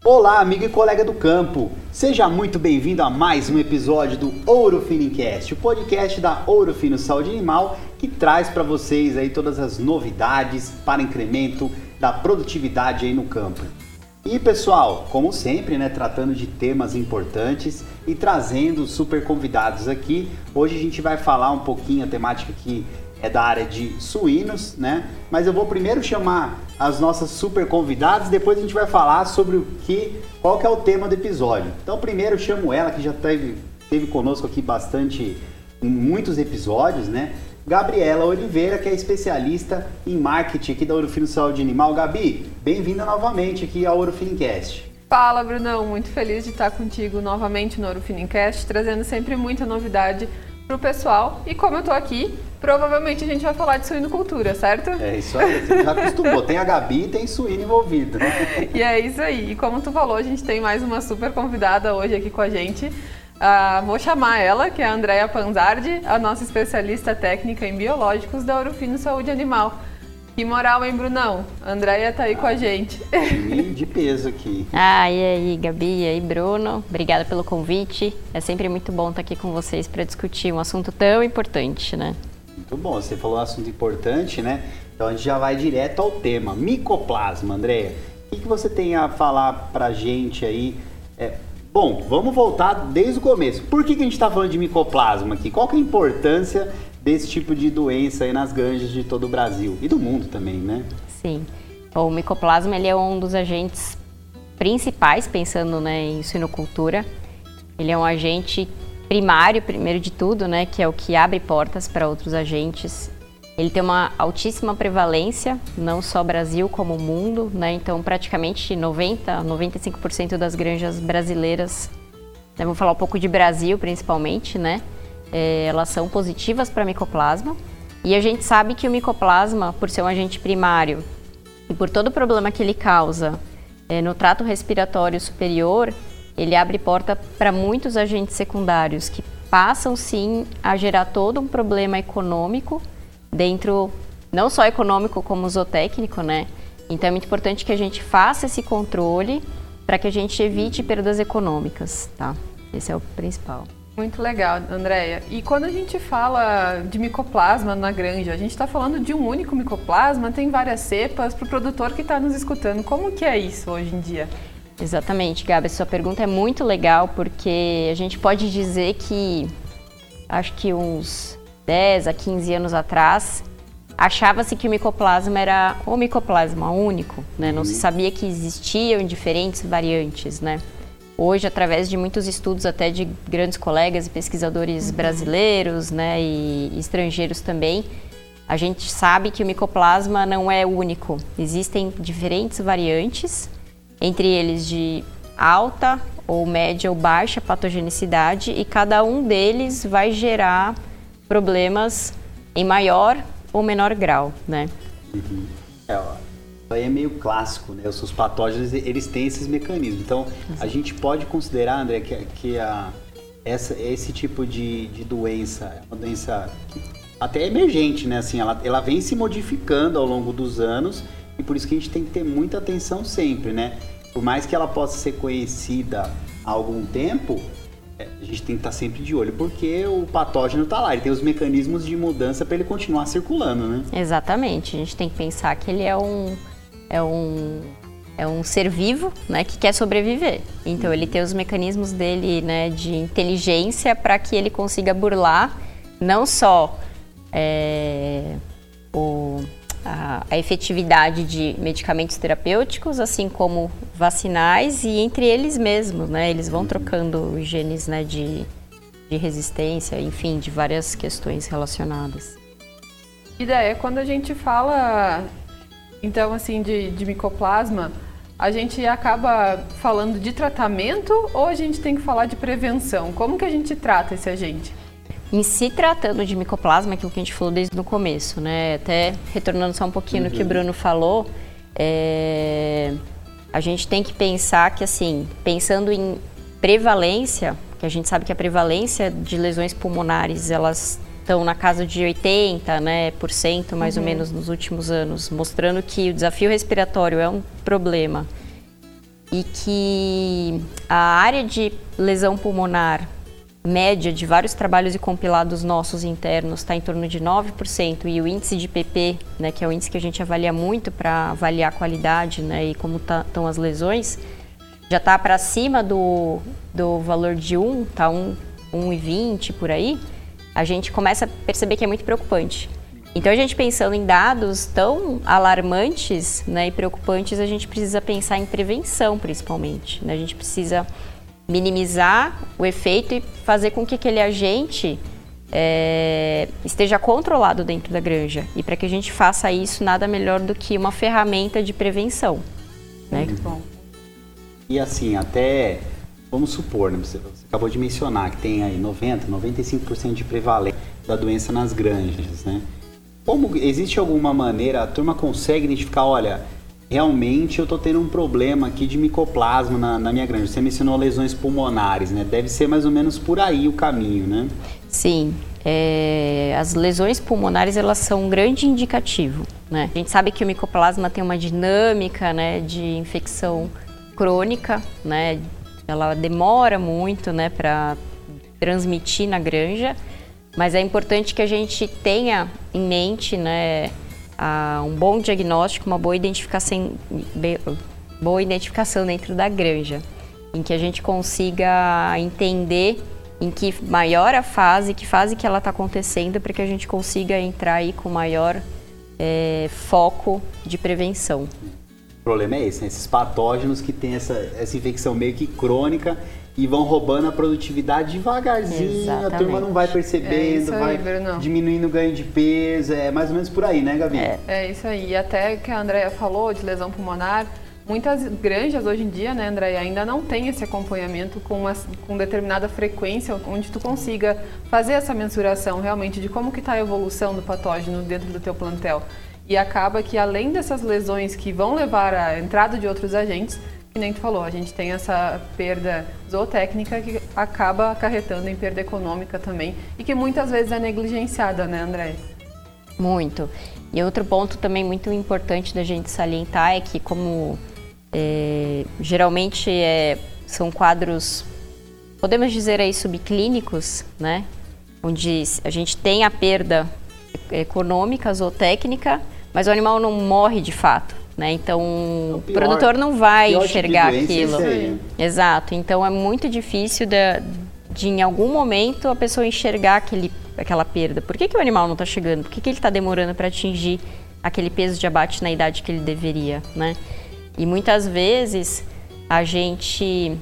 Olá, amigo e colega do campo! Seja muito bem-vindo a mais um episódio do Ouro Fino-Cast, o podcast da Ouro Fino Saúde Animal, que traz para vocês aí todas as novidades para incremento da produtividade aí no campo. E pessoal, como sempre, tratando de temas importantes e trazendo super convidados aqui, hoje a gente vai falar um pouquinho, a temática aqui é da área de suínos, mas eu vou primeiro chamar as nossas super convidadas, depois a gente vai falar sobre qual que é o tema do episódio. Então primeiro eu chamo ela, que já esteve conosco aqui em muitos episódios, Gabriela Oliveira, que é especialista em marketing aqui da Ouro Fino Saúde Animal. Gabi, bem-vinda novamente aqui ao Ouro Fino-Cast. Fala, Brunão, muito feliz de estar contigo novamente no Ouro Fino-Cast, trazendo sempre muita novidade pro pessoal. E como eu tô aqui, provavelmente a gente vai falar de suinocultura, certo? É isso aí, você já acostumou. Tem a Gabi e tem suíno envolvido. E é isso aí. E como tu falou, a gente tem mais uma super convidada hoje aqui com a gente. Vou chamar ela, que é a Andrea Panzardi, a nossa especialista técnica em biológicos da Ouro Fino Saúde Animal. Que moral, hein, Brunão? A Andrea tá aí com a gente. De peso aqui. E aí, Gabi, e aí, Bruno. Obrigada pelo convite. É sempre muito bom estar aqui com vocês para discutir um assunto tão importante, Muito bom, você falou um assunto importante, Então a gente já vai direto ao tema. Micoplasma, Andrea. O que você tem a falar pra gente aí? Bom, vamos voltar desde o começo. Por que a gente está falando de micoplasma aqui? Qual que é a importância desse tipo de doença aí nas granjas de todo o Brasil e do mundo também, Sim. O micoplasma ele é um dos agentes principais, pensando em suinocultura. Ele é um agente primário, primeiro de tudo, que é o que abre portas para outros agentes. Ele tem uma altíssima prevalência, não só Brasil como mundo, Então, praticamente 95% das granjas brasileiras, vou falar um pouco de Brasil principalmente, elas são positivas para micoplasma. E a gente sabe que o micoplasma, por ser um agente primário e por todo o problema que ele causa no trato respiratório superior, ele abre porta para muitos agentes secundários que passam sim a gerar todo um problema econômico dentro, não só econômico como zootécnico, Então é muito importante que a gente faça esse controle para que a gente evite perdas econômicas, tá? Esse é o principal. Muito legal, Andrea. E quando a gente fala de micoplasma na granja, a gente está falando de um único micoplasma, tem várias cepas para o produtor que está nos escutando. Como que é isso hoje em dia? Exatamente, Gabi, sua pergunta é muito legal porque a gente pode dizer que, acho que uns 10 a 15 anos atrás, achava-se que o micoplasma era o micoplasma único, Não se sabia que existiam diferentes variantes, Hoje, através de muitos estudos até de grandes colegas e pesquisadores brasileiros, e estrangeiros também, a gente sabe que o micoplasma não é único. Existem diferentes variantes, entre eles de alta ou média ou baixa patogenicidade, e cada um deles vai gerar problemas em maior ou menor grau, Isso aí é meio clássico, Os patógenos, eles têm esses mecanismos. Então, a gente pode considerar, André, que esse tipo de doença é uma doença até emergente, Assim, ela vem se modificando ao longo dos anos e por isso que a gente tem que ter muita atenção sempre, Por mais que ela possa ser conhecida há algum tempo, a gente tem que estar sempre de olho, porque o patógeno está lá, ele tem os mecanismos de mudança para ele continuar circulando, Exatamente, a gente tem que pensar que ele é um ser vivo, que quer sobreviver. Então ele tem os mecanismos dele, de inteligência para que ele consiga burlar não só a efetividade de medicamentos terapêuticos, assim como vacinais, e entre eles mesmos, eles vão trocando os genes, de resistência, enfim, de várias questões relacionadas. E daí, quando a gente fala, então, assim, de micoplasma, a gente acaba falando de tratamento ou a gente tem que falar de prevenção? Como que a gente trata esse agente? Em se tratando de micoplasma, aquilo que a gente falou desde o começo, até retornando só um pouquinho no que o Bruno falou, a gente tem que pensar que, assim, pensando em prevalência, que a gente sabe que a prevalência de lesões pulmonares, elas estão na casa de 80%, mais ou menos nos últimos anos, mostrando que o desafio respiratório é um problema. e que a área de lesão pulmonar média de vários trabalhos e compilados nossos internos está em torno de 9%, e o índice de PP, né, que é o índice que a gente avalia muito para avaliar a qualidade, né, e como estão as lesões, já está para cima do valor de 1, tá 1,20 por aí, a gente começa a perceber que é muito preocupante. Então, a gente pensando em dados tão alarmantes, né, e preocupantes, a gente precisa pensar em prevenção, principalmente, né? A gente precisa minimizar o efeito e fazer com que aquele agente esteja controlado dentro da granja. E para que a gente faça isso, nada melhor do que uma ferramenta de prevenção. Né? Muito bom. E assim, até, vamos supor, né, você acabou de mencionar que tem aí 95% de prevalência da doença nas granjas, né? Existe alguma maneira, a turma consegue identificar, olha, realmente eu estou tendo um problema aqui de micoplasma na minha granja. Você mencionou lesões pulmonares, né? Deve ser mais ou menos por aí o caminho, né? Sim. As lesões pulmonares, elas são um grande indicativo, né? A gente sabe que o micoplasma tem uma dinâmica, né, de infecção crônica, né? Ela demora muito, né, para transmitir na granja, mas é importante que a gente tenha em mente, né, um bom diagnóstico, uma boa identificação dentro da granja, em que a gente consiga entender em que maior a fase, que fase que ela está acontecendo, para que a gente consiga entrar aí com maior foco de prevenção. O problema é esse, né? Esses patógenos que tem essa infecção meio que crônica e vão roubando a produtividade devagarzinho. Exatamente. A turma não vai percebendo, vai diminuindo o ganho de peso, é mais ou menos por aí, né, Gabi? É isso aí, e até que a Andréia falou de lesão pulmonar, muitas granjas hoje em dia, né, Andréia, ainda não tem esse acompanhamento com determinada frequência, onde tu consiga fazer essa mensuração realmente de como que está a evolução do patógeno dentro do teu plantel. E acaba que além dessas lesões que vão levar à entrada de outros agentes, que nem tu falou, a gente tem essa perda zootécnica que acaba acarretando em perda econômica também e que muitas vezes é negligenciada, né, André? Muito. E outro ponto também muito importante da gente salientar é que como geralmente são quadros, podemos dizer aí, subclínicos, né, onde a gente tem a perda econômica, zootécnica, mas o animal não morre de fato. Né? Então, o produtor não vai enxergar aquilo. Exato. Então, é muito difícil de em algum momento a pessoa enxergar aquela perda. Por que o animal não está chegando? Por que ele está demorando para atingir aquele peso de abate na idade que ele deveria? Né? E muitas vezes a gente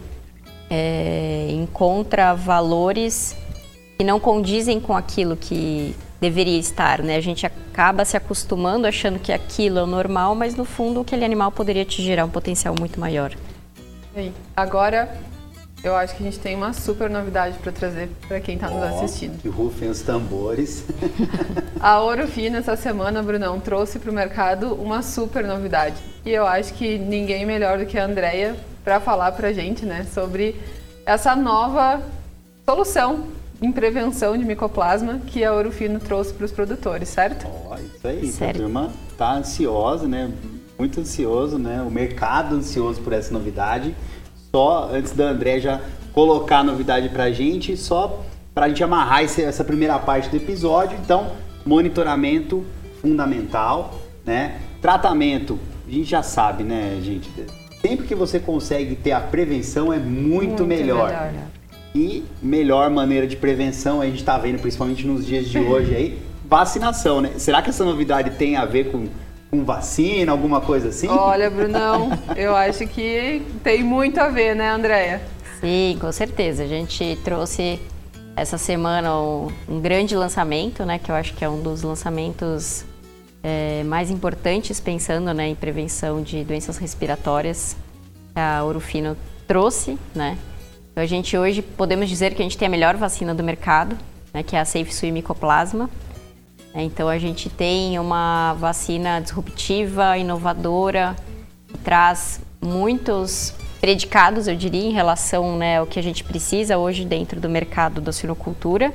encontra valores que não condizem com aquilo que deveria estar, né? A gente acaba se acostumando achando que aquilo é o normal, mas no fundo aquele animal poderia te gerar um potencial muito maior. E agora, eu acho que a gente tem uma super novidade para trazer para quem está nos assistindo. Que rufem os tambores. A Ouro Fino, essa semana, Brunão, trouxe para o mercado uma super novidade. E eu acho que ninguém melhor do que a Andréia para falar para a gente, né, sobre essa nova solução em prevenção de micoplasma que a Ouro Fino trouxe para os produtores, certo? Isso aí, certo. A turma está ansiosa, né? Muito ansioso, né? O mercado ansioso por essa novidade. Só antes da André já colocar a novidade para a gente, só para a gente amarrar essa primeira parte do episódio. Então, monitoramento fundamental, né? Tratamento, a gente já sabe, né, gente? Sempre que você consegue ter a prevenção é muito melhor. E melhor maneira de prevenção, a gente está vendo principalmente nos dias de hoje aí, vacinação, né? Será que essa novidade tem a ver com vacina, alguma coisa assim? Olha, Brunão, eu acho que tem muito a ver, né, Andréia? Sim, com certeza. A gente trouxe essa semana um grande lançamento, né? Que eu acho que é um dos lançamentos mais importantes pensando, né, em prevenção de doenças respiratórias. A Ouro Fino trouxe, né? Então, a gente hoje podemos dizer que a gente tem a melhor vacina do mercado, né, que é a SafeSui Micoplasma. Então, a gente tem uma vacina disruptiva, inovadora, que traz muitos predicados, eu diria, em relação, né, ao que a gente precisa hoje dentro do mercado da suinocultura.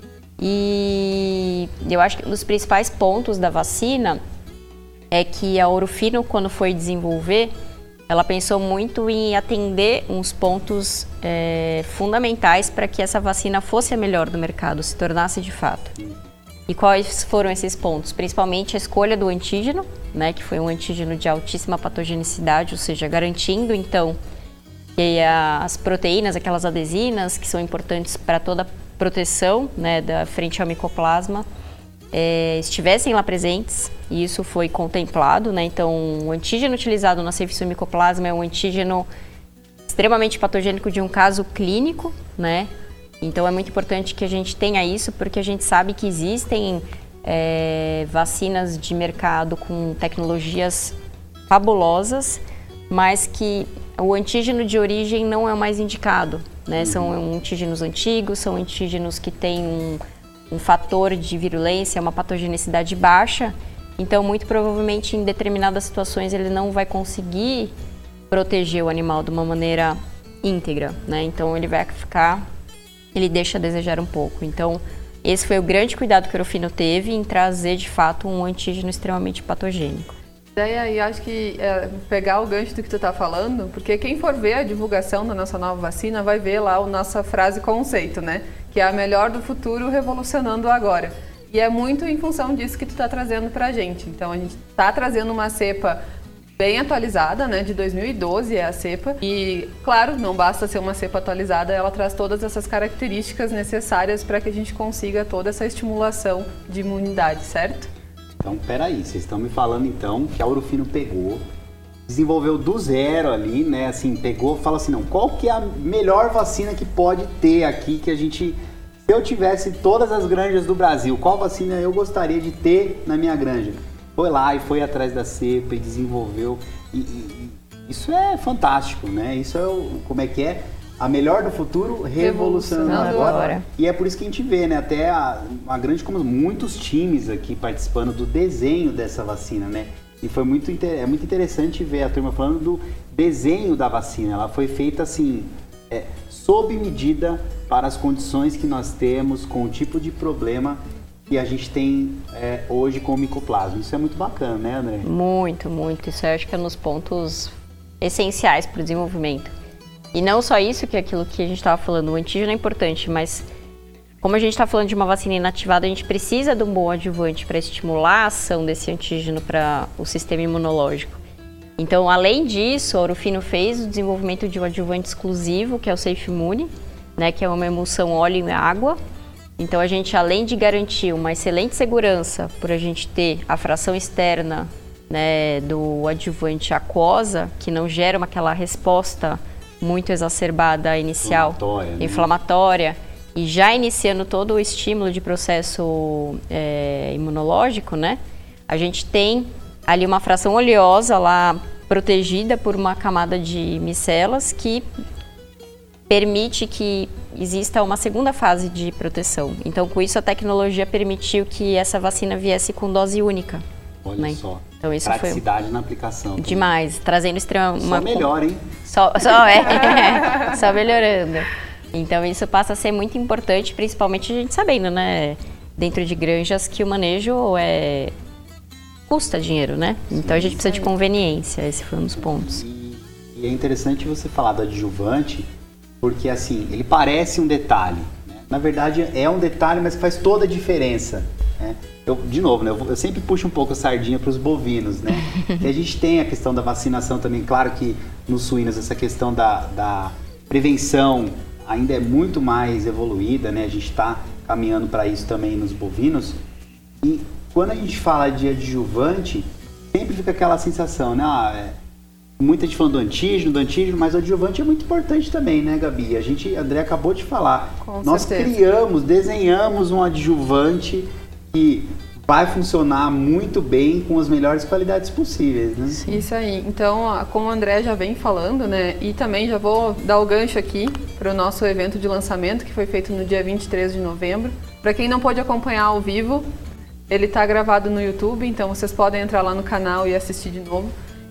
E eu acho que um dos principais pontos da vacina é que a Ouro Fino, quando foi desenvolver, ela pensou muito em atender uns pontos fundamentais para que essa vacina fosse a melhor do mercado, se tornasse de fato. E quais foram esses pontos? Principalmente a escolha do antígeno, né, que foi um antígeno de altíssima patogenicidade, ou seja, garantindo então que as proteínas, aquelas adesinas que são importantes para toda a proteção, né, frente ao micoplasma, estivessem lá presentes, e isso foi contemplado, né? Então, o antígeno utilizado na ceifeição micoplasma é um antígeno extremamente patogênico de um caso clínico, né? Então, é muito importante que a gente tenha isso, porque a gente sabe que existem vacinas de mercado com tecnologias fabulosas, mas que o antígeno de origem não é o mais indicado, né? São antígenos antigos, são antígenos que têm um fator de virulência, uma patogenicidade baixa, então muito provavelmente em determinadas situações ele não vai conseguir proteger o animal de uma maneira íntegra, né? Então ele deixa a desejar um pouco. Então esse foi o grande cuidado que o Ourofino teve em trazer de fato um antígeno extremamente patogênico. E acho que pegar o gancho do que tu está falando, porque quem for ver a divulgação da nossa nova vacina vai ver lá a nossa frase conceito, né? Que é a melhor do futuro revolucionando agora. E é muito em função disso que tu está trazendo para a gente. Então a gente está trazendo uma cepa bem atualizada, né? De 2012 é a cepa. E claro, não basta ser uma cepa atualizada, ela traz todas essas características necessárias para que a gente consiga toda essa estimulação de imunidade, certo? Então, peraí, vocês estão me falando então que a Ourofino pegou, desenvolveu do zero ali, né? Assim, pegou, fala assim, não, qual que é a melhor vacina que pode ter aqui que a gente, se eu tivesse todas as granjas do Brasil, qual vacina eu gostaria de ter na minha granja? Foi lá e foi atrás da cepa e desenvolveu, e isso é fantástico, né? Isso é como é que é? A melhor do futuro revolucionando agora. E é por isso que a gente vê, né? Até uma grande, como muitos times aqui participando do desenho dessa vacina, né? E foi muito interessante ver a turma falando do desenho da vacina. Ela foi feita assim, sob medida para as condições que nós temos, com o tipo de problema que a gente tem hoje com o micoplasma. Isso é muito bacana, né, André? Muito, muito. Isso eu acho que é um dos pontos essenciais para o desenvolvimento. E não só isso, que é aquilo que a gente estava falando, o antígeno é importante, mas como a gente está falando de uma vacina inativada, a gente precisa de um bom adjuvante para estimular a ação desse antígeno para o sistema imunológico. Então, além disso, a Ourofino fez o desenvolvimento de um adjuvante exclusivo, que é o SafeImmune, né, que é uma emulsão óleo e água. Então, a gente, além de garantir uma excelente segurança por a gente ter a fração externa, né, do adjuvante aquosa, que não gera aquela resposta muito exacerbada inicial, inflamatória, e já iniciando todo o estímulo de processo imunológico, né? A gente tem ali uma fração oleosa lá protegida por uma camada de micelas que permite que exista uma segunda fase de proteção. Então, com isso, a tecnologia permitiu que essa vacina viesse com dose única. Olha, né? Só. Então, isso praticidade na aplicação. Demais, também. Trazendo extremamente... Só melhor, hein? Só melhorando. Então, isso passa a ser muito importante, principalmente a gente sabendo, né? Dentro de granjas que o manejo custa dinheiro, né? Sim, então, a gente precisa de conveniência. Esse foi um dos pontos. E é interessante você falar do adjuvante, porque, assim, ele parece um detalhe, né? Na verdade, é um detalhe, mas faz toda a diferença, né? De novo, né? Eu sempre puxo um pouco a sardinha para os bovinos, né? Que a gente tem a questão da vacinação também. Claro que nos suínos essa questão da prevenção ainda é muito mais evoluída, né? A gente está caminhando para isso também nos bovinos. E quando a gente fala de adjuvante, sempre fica aquela sensação, né? Muita gente falando do antígeno, mas o adjuvante é muito importante também, né, Gabi? André acabou de falar. Nós desenhamos um adjuvante que vai funcionar muito bem com as melhores qualidades possíveis, né? Isso aí. Então, como o André já vem falando, né? E também já vou dar o gancho aqui para o nosso evento de lançamento, que foi feito no dia 23 de novembro. Para quem não pôde acompanhar ao vivo, ele está gravado no YouTube, então vocês podem entrar lá no canal e assistir de novo.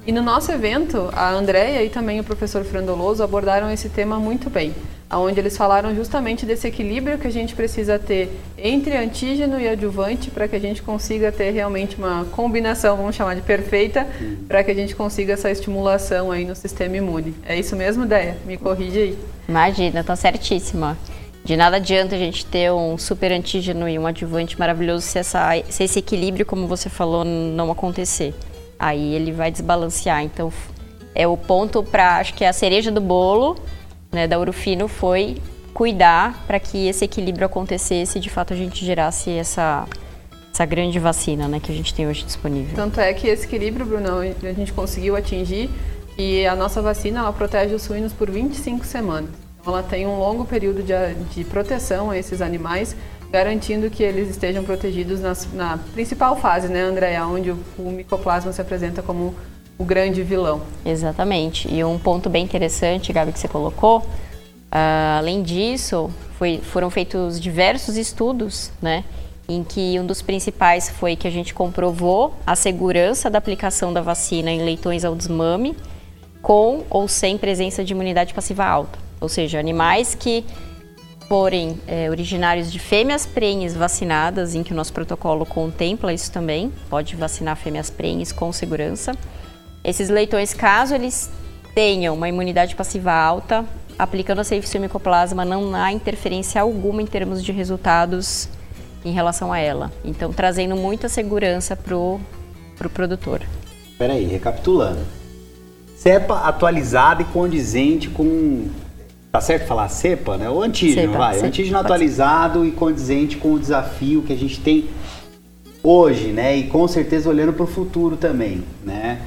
E no nosso evento, a Andréia e também o professor Frandoloso abordaram esse tema muito bem, onde eles falaram justamente desse equilíbrio que a gente precisa ter entre antígeno e adjuvante para que a gente consiga ter realmente uma combinação, vamos chamar de perfeita, para que a gente consiga essa estimulação aí no sistema imune. É isso mesmo, Déia? Me corrige aí. Imagina, tá certíssima. De nada adianta a gente ter um super antígeno e um adjuvante maravilhoso se esse equilíbrio, como você falou, não acontecer. Aí ele vai desbalancear. Então, é o ponto para, acho que a cereja do bolo, né, da Ourofino foi cuidar para que esse equilíbrio acontecesse e, de fato, a gente gerasse essa grande vacina, né, que a gente tem hoje disponível. Tanto é que esse equilíbrio, Bruno, a gente conseguiu atingir e a nossa vacina, ela protege os suínos por 25 semanas. Então, ela tem um longo período de proteção a esses animais, garantindo que eles estejam protegidos na principal fase, né, Andréia, onde o micoplasma se apresenta como o grande vilão. Exatamente. E um ponto bem interessante, Gabi, que você colocou, além disso, foram feitos diversos estudos, né, em que um dos principais foi que a gente comprovou a segurança da aplicação da vacina em leitões ao desmame, com ou sem presença de imunidade passiva alta. Ou seja, animais que forem originários de fêmeas prenhes vacinadas, em que o nosso protocolo contempla isso também, pode vacinar fêmeas prenhes com segurança. Esses leitões, caso eles tenham uma imunidade passiva alta, aplicando a Cefixia Micoplasma, não há interferência alguma em termos de resultados em relação a ela. Então, trazendo muita segurança para o produtor. Espera aí, recapitulando. cepa atualizada e condizente com... Tá certo falar cepa, né? O antígeno, cepa, vai. cepa, Antígeno atualizado e condizente com o desafio que a gente tem hoje, né? E com certeza olhando para o futuro também, né?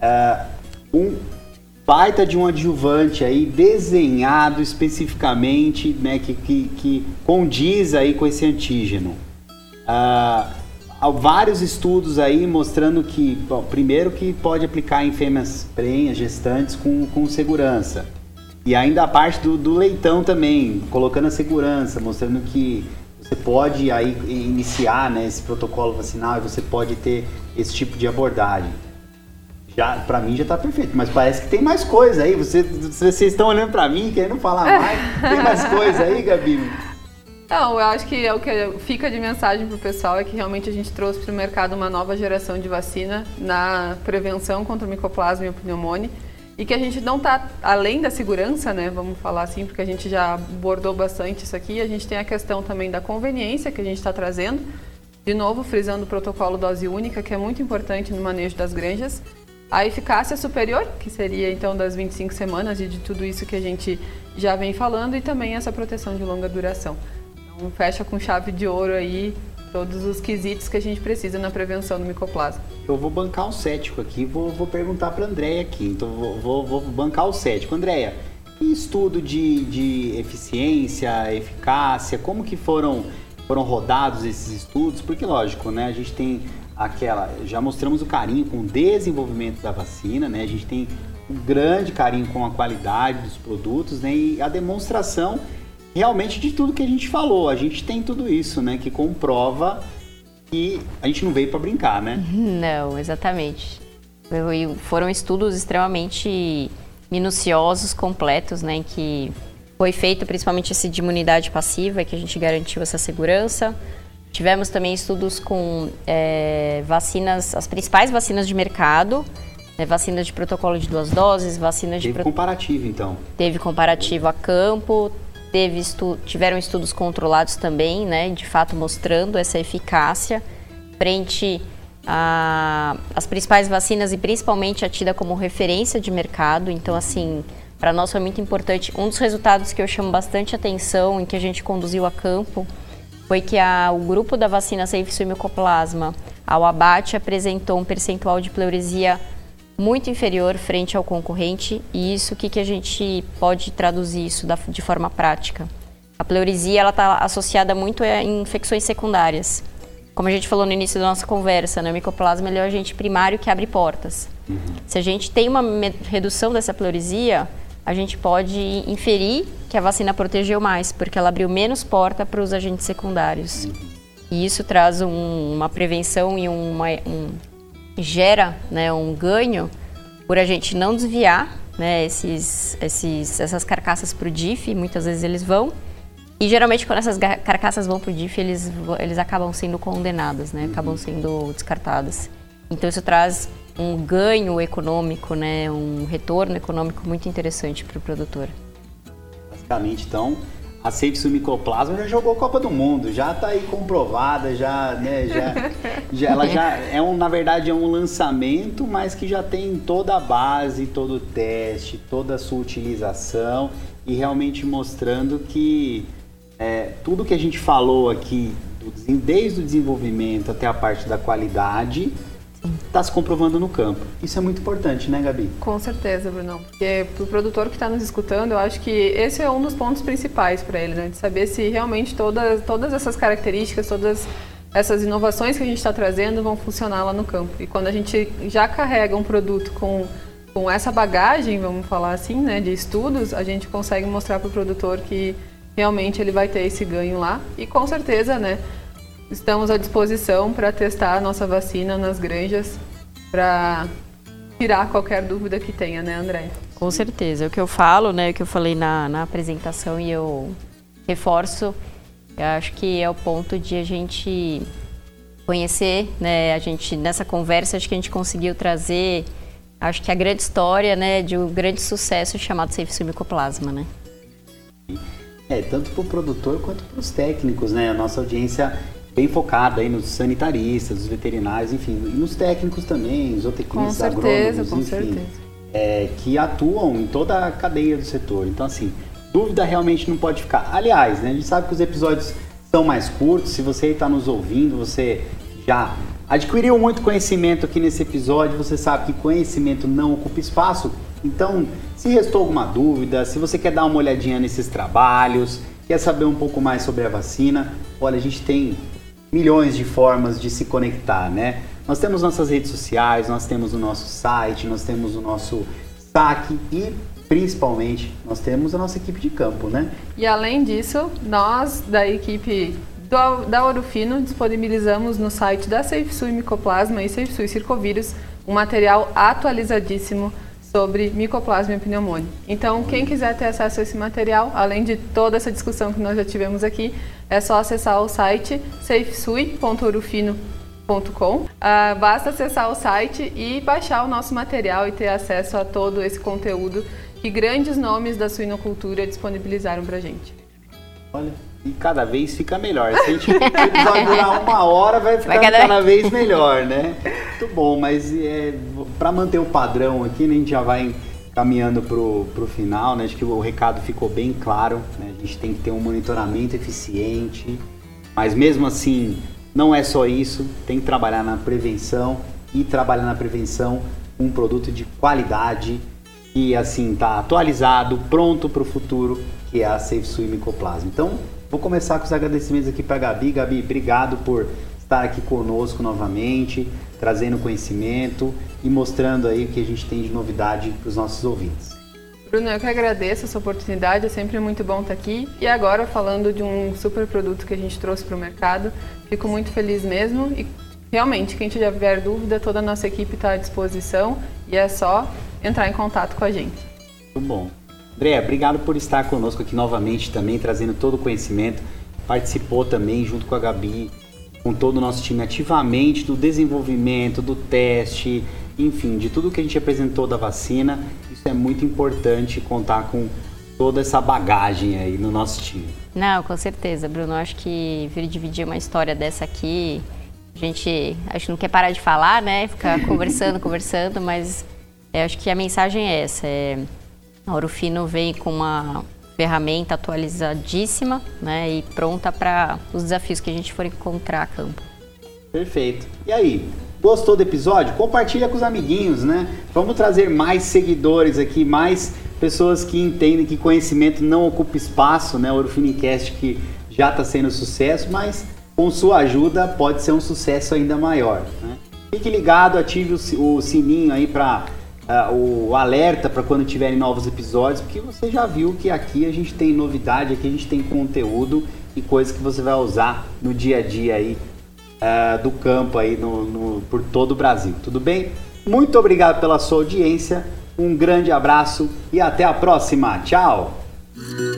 Um baita de um adjuvante aí desenhado especificamente, né? Que condiz aí com esse antígeno. Há vários estudos aí mostrando que, bom, primeiro que pode aplicar em fêmeas prenhas, gestantes com segurança. E ainda a parte do leitão também, colocando a segurança, mostrando que você pode aí iniciar, né, esse protocolo vacinal e você pode ter esse tipo de abordagem. Já, pra mim já tá perfeito, mas parece que tem mais coisa aí. Vocês estão olhando pra mim, querendo falar mais. Tem mais coisa aí, Gabi? Não, eu acho que o que fica de mensagem pro pessoal é que realmente a gente trouxe para o mercado uma nova geração de vacina na prevenção contra o micoplasma e o pneumônio. E que a gente não está, além da segurança, né, vamos falar assim, porque a gente já abordou bastante isso aqui, a gente tem a questão também da conveniência que a gente está trazendo, de novo frisando o protocolo dose única, que é muito importante no manejo das granjas, a eficácia superior, que seria então das 25 semanas e de tudo isso que a gente já vem falando, e também essa proteção de longa duração. Então fecha com chave de ouro aí todos os quesitos que a gente precisa na prevenção do micoplasma. Eu vou bancar o cético aqui, vou perguntar para a Andréia aqui, então vou bancar o cético. Andréia, e estudo de eficiência, eficácia, como que foram rodados esses estudos? Porque, lógico, né, a gente tem já mostramos o carinho com o desenvolvimento da vacina, né, a gente tem um grande carinho com a qualidade dos produtos, né, e a demonstração realmente de tudo que a gente falou. A gente tem tudo isso, né, que comprova que a gente não veio para brincar, né? Não, exatamente. Foram estudos extremamente minuciosos, completos, né, que foi feito principalmente esse de imunidade passiva, que a gente garantiu essa segurança. Tivemos também estudos com vacinas, as principais vacinas de mercado, né, vacinas de protocolo de 2 doses, vacinas de... Teve comparativo, então? Teve comparativo a campo. Tiveram estudos controlados também, né, de fato mostrando essa eficácia frente às principais vacinas e principalmente a tida como referência de mercado. Então, assim, para nós foi muito importante. Um dos resultados que eu chamo bastante atenção, em que a gente conduziu a campo, foi que o grupo da vacina Cefixia Micoplasma, ao abate, apresentou um percentual de pleuresia muito inferior frente ao concorrente, e isso, o que a gente pode traduzir isso de forma prática? A pleuresia está associada muito a infecções secundárias. Como a gente falou no início da nossa conversa, né, o micoplasma é o agente primário que abre portas. Se a gente tem uma redução dessa pleuresia, a gente pode inferir que a vacina protegeu mais, porque ela abriu menos porta para os agentes secundários. E isso traz uma prevenção e gera, né, um ganho por a gente não desviar, né, essas carcaças para o DIF, muitas vezes eles vão. E geralmente quando essas carcaças vão para o DIF, eles acabam sendo condenadas, né, acabam sendo descartadas. Então isso traz um ganho econômico, né, um retorno econômico muito interessante para o produtor. Basicamente, então, a Safesui Micoplasma já jogou Copa do Mundo, já está aí comprovada, ela já na verdade é um lançamento, mas que já tem toda a base, todo o teste, toda a sua utilização e realmente mostrando que tudo que a gente falou aqui, desde o desenvolvimento até a parte da qualidade, está se comprovando no campo. Isso é muito importante, né, Gabi? Com certeza, Bruno. Porque para o produtor que está nos escutando, eu acho que esse é um dos pontos principais para ele, né? De saber se realmente todas essas características, todas essas inovações que a gente está trazendo vão funcionar lá no campo. E quando a gente já carrega um produto com essa bagagem, vamos falar assim, né, de estudos, a gente consegue mostrar para o produtor que realmente ele vai ter esse ganho lá. E com certeza, né, estamos à disposição para testar a nossa vacina nas granjas para tirar qualquer dúvida que tenha, né, André? Com certeza. O que eu falo, né, o que eu falei na apresentação e eu reforço, eu acho que é o ponto de a gente conhecer, né, a gente nessa conversa acho que a gente conseguiu trazer, acho que a grande história, né, de um grande sucesso chamado Safesui Micoplasma, né? Tanto para o produtor quanto para os técnicos, né? A nossa audiência bem focada aí nos sanitaristas, os veterinários, enfim, e nos técnicos também, zootecnistas, agrônomos, enfim, que atuam em toda a cadeia do setor. Então, assim, dúvida realmente não pode ficar. Aliás, né, a gente sabe que os episódios são mais curtos, se você está nos ouvindo, você já adquiriu muito conhecimento aqui nesse episódio, você sabe que conhecimento não ocupa espaço, então, se restou alguma dúvida, se você quer dar uma olhadinha nesses trabalhos, quer saber um pouco mais sobre a vacina, olha, a gente tem milhões de formas de se conectar, né? Nós temos nossas redes sociais, nós temos o nosso site, nós temos o nosso saque e, principalmente, nós temos a nossa equipe de campo, né? E além disso, nós da equipe da Ouro Fino disponibilizamos no site da Safesui Micoplasma e Safesui Circovírus um material atualizadíssimo sobre micoplasma e pneumonia. Então, quem quiser ter acesso a esse material, além de toda essa discussão que nós já tivemos aqui, é só acessar o site safesui.ourofino.com. Basta acessar o site e baixar o nosso material e ter acesso a todo esse conteúdo que grandes nomes da suinocultura disponibilizaram pra gente. Olha, e cada vez fica melhor. Se a gente vai durar 1 hora, vai ficar cada vez melhor, né? Muito bom, mas para manter o padrão aqui, né, a gente já vai caminhando pro final, né? Acho que o recado ficou bem claro, né? A gente tem que ter um monitoramento eficiente, mas mesmo assim, não é só isso, tem que trabalhar na prevenção e trabalhar na prevenção com um produto de qualidade que, assim, tá atualizado, pronto para o futuro, que é a Safesui Micoplasma. Então, vou começar com os agradecimentos aqui para a Gabi. Gabi, obrigado por estar aqui conosco novamente, trazendo conhecimento e mostrando aí o que a gente tem de novidade para os nossos ouvintes. Bruno, eu que agradeço essa oportunidade, é sempre muito bom estar aqui. E agora, falando de um super produto que a gente trouxe para o mercado, fico muito feliz mesmo. E realmente, quem tiver dúvida, toda a nossa equipe está à disposição e é só entrar em contato com a gente. Muito bom. André, obrigado por estar conosco aqui novamente também, trazendo todo o conhecimento. Participou também, junto com a Gabi, com todo o nosso time, ativamente do desenvolvimento, do teste, enfim, de tudo que a gente apresentou da vacina. Isso é muito importante, contar com toda essa bagagem aí no nosso time. Não, com certeza, Bruno. Acho que vir dividir uma história dessa aqui, a gente acho que não quer parar de falar, né? Ficar conversando, mas acho que a mensagem é essa. A Ouro Fino vem com uma ferramenta atualizadíssima, né, e pronta para os desafios que a gente for encontrar a campo. Perfeito. E aí, gostou do episódio? Compartilha com os amiguinhos, né? Vamos trazer mais seguidores aqui, mais pessoas que entendem que conhecimento não ocupa espaço, né? O Ouro Finicast que já está sendo sucesso, mas com sua ajuda pode ser um sucesso ainda maior, né? Fique ligado, ative o sininho aí para o alerta para quando tiverem novos episódios, porque você já viu que aqui a gente tem novidade, aqui a gente tem conteúdo e coisas que você vai usar no dia a dia aí do campo aí por todo o Brasil, tudo bem? muito obrigado pela sua audiência, um grande abraço e até a próxima. Tchau!